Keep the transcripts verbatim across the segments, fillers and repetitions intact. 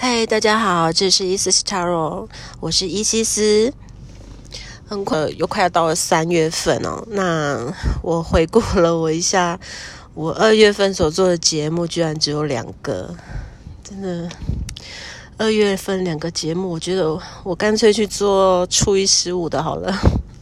嗨，大家好，这是伊西斯塔罗，我是伊西斯。很快又快要到了三月份哦，那我回顾了我一下，我二月份所做的节目居然只有两个，真的。二月份两个节目，我觉得我干脆去做初一十五的好了。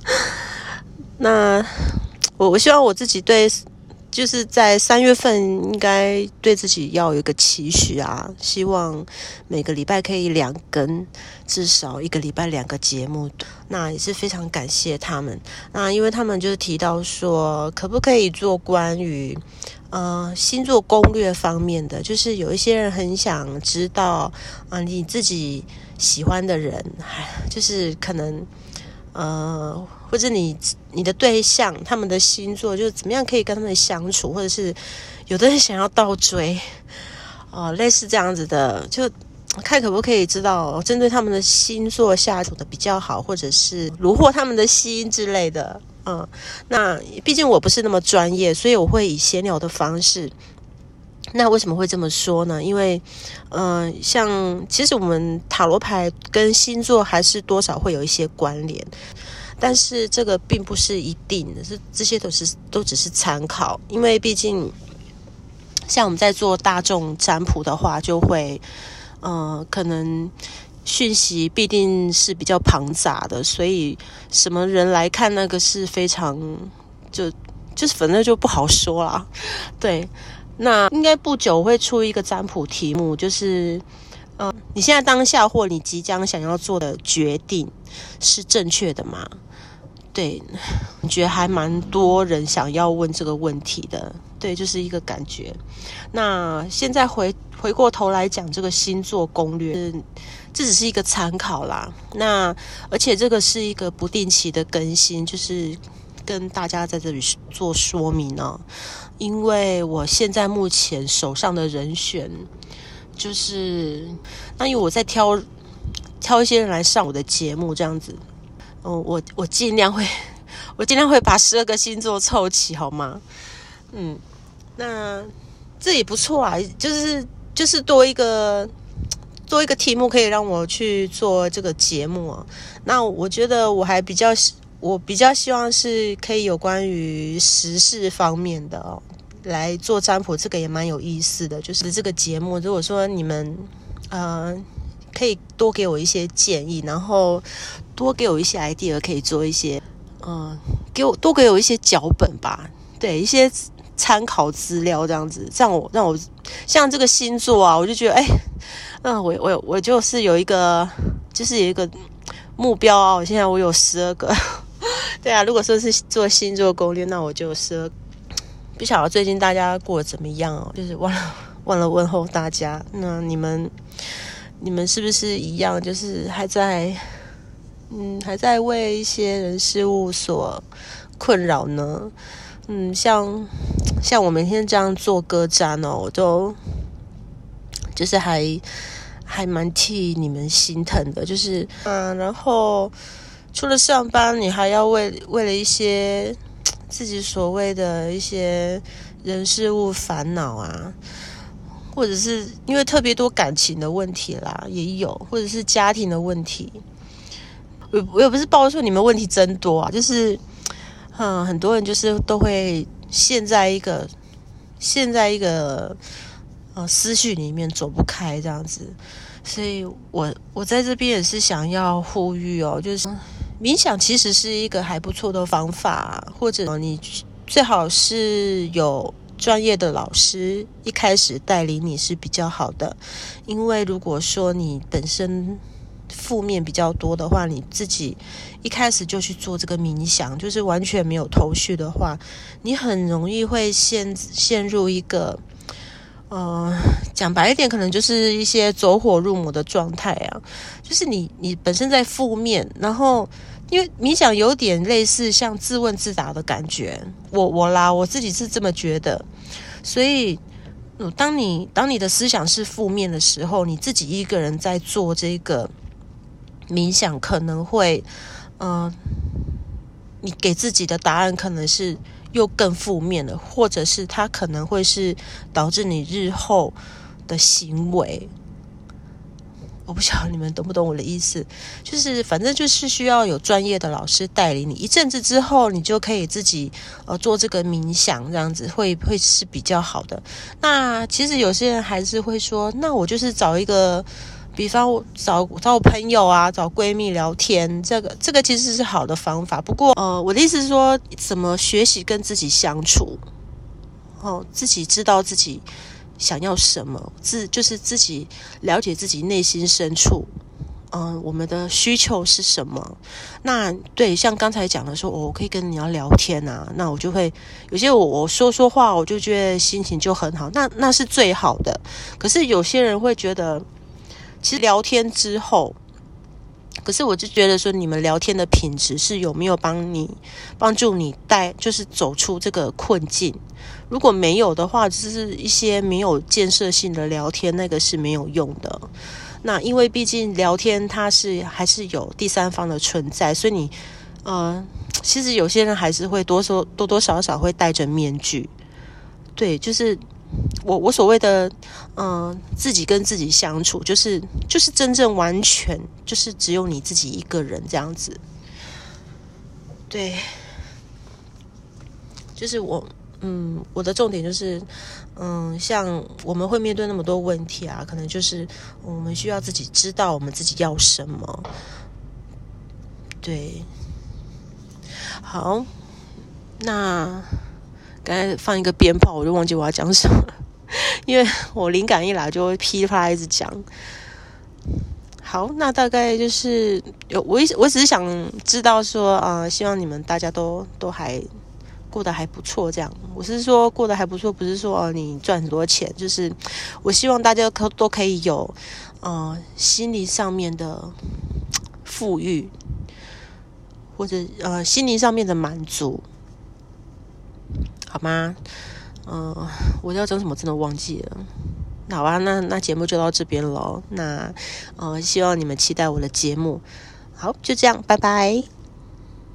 那我我希望我自己对。就是在三月份应该对自己要有一个期许啊，希望每个礼拜可以两更，至少一个礼拜两个节目。那也是非常感谢他们。那因为他们就是提到说，可不可以做关于呃星座攻略方面的，就是有一些人很想知道啊、呃，你自己喜欢的人，就是可能呃。或者你你的对象他们的星座就是怎么样可以跟他们相处，或者是有的人想要倒追呃，类似这样子的，就看可不可以知道针对他们的星座下处的比较好，或者是虏获他们的心之类的。嗯，那毕竟我不是那么专业，所以我会以闲聊的方式。那为什么会这么说呢？因为呃，像其实我们塔罗牌跟星座还是多少会有一些关联，但是这个并不是一定的，是这些都是都只是参考。因为毕竟像我们在做大众占卜的话，就会呃可能讯息必定是比较庞杂的，所以什么人来看那个是非常就就是反正就不好说啦。对，那应该不久会出一个占卜题目，就是呃你现在当下或你即将想要做的决定是正确的吗？对，我觉得还蛮多人想要问这个问题的。对，就是一个感觉。那现在回回过头来讲这个星座攻略，这只是一个参考啦。那而且这个是一个不定期的更新，就是跟大家在这里做说明呢、哦。因为我现在目前手上的人选，就是那因为我在挑挑一些人来上我的节目这样子。哦，我我尽量会，我尽量会把十二个星座凑齐，好吗？嗯，那这也不错啊，就是就是多一个多一个题目可以让我去做这个节目啊。那我觉得我还比较我比较希望是可以有关于时事方面的哦，来做占卜，这个也蛮有意思的。就是这个节目，如果说你们呃。可以多给我一些建议，然后多给我一些 idea， 可以做一些，嗯，给我多给我一些脚本吧，对，一些参考资料这样子，这样我让我像这个星座啊，我就觉得，哎，嗯，我我我就是有一个，就是有一个目标啊，我现在我有十二个，对啊，如果说是做星座攻略，那我就有十二个。不晓得最近大家过得怎么样哦？就是忘了忘了问候大家，那你们。你们是不是一样，就是还在嗯还在为一些人事物所困扰呢？嗯，像像我每天这样做歌占哦，我都就是还还蛮替你们心疼的，就是嗯，然后除了上班，你还要为为了一些自己所谓的一些人事物烦恼啊。或者是因为特别多感情的问题啦，也有，或者是家庭的问题。我我也不是抱说你们问题真多啊，就是嗯，很多人就是都会陷在一个陷在一个呃思绪里面走不开这样子。所以我我在这边也是想要呼吁哦，就是冥想其实是一个还不错的方法，或者你最好是有专业的老师一开始带领你是比较好的。因为如果说你本身负面比较多的话，你自己一开始就去做这个冥想，就是完全没有头绪的话，你很容易会陷陷入一个呃，讲白一点，可能就是一些走火入魔的状态啊。就是你你本身在负面，然后因为冥想有点类似像自问自答的感觉，我我啦，我自己是这么觉得。所以，当你当你的思想是负面的时候，你自己一个人在做这个冥想，可能会，嗯、呃，你给自己的答案可能是又更负面了，或者是它可能会是导致你日后的行为我不晓得你们懂不懂我的意思，就是反正就是需要有专业的老师带领你，一阵子之后你就可以自己呃做这个冥想，这样子会会是比较好的。那其实有些人还是会说，那我就是找一个，比方我找找我朋友啊，找闺蜜聊天，这个这个其实是好的方法。不过呃，我的意思是说，怎么学习跟自己相处，哦，自己知道自己想要什么，自就是自己了解自己内心深处，嗯、呃，我们的需求是什么？那对，像刚才讲的说，哦，我可以跟你要聊天啊，那我就会有些我我说说话，我就觉得心情就很好，那那是最好的。可是有些人会觉得，其实聊天之后，可是我就觉得说，你们聊天的品质是有没有帮你帮助你带，就是走出这个困境？如果没有的话，只是一些没有建设性的聊天，那个是没有用的。那因为毕竟聊天它是还是有第三方的存在，所以你呃，其实有些人还是会多少多多少少会戴着面具。对，就是我我所谓的嗯、呃，自己跟自己相处，就是就是真正完全就是只有你自己一个人这样子。对，就是我。嗯，我的重点就是，嗯，像我们会面对那么多问题啊，可能就是我们需要自己知道我们自己要什么。对，好，那刚才放一个鞭炮，我就忘记我要讲什么了，因为我灵感一来就会噼里啪啦一直讲。好，那大概就是有我我只是想知道说啊、呃，希望你们大家都都还。过得还不错，这样。我是说过得还不错，不是说、哦、你赚很多钱，就是我希望大家都都可以有呃心理上面的富裕，或者呃心灵上面的满足，好吗？呃，我要讲什么真的忘记了。好啊，那那节目就到这边咯。那呃，希望你们期待我的节目。好，就这样，拜拜。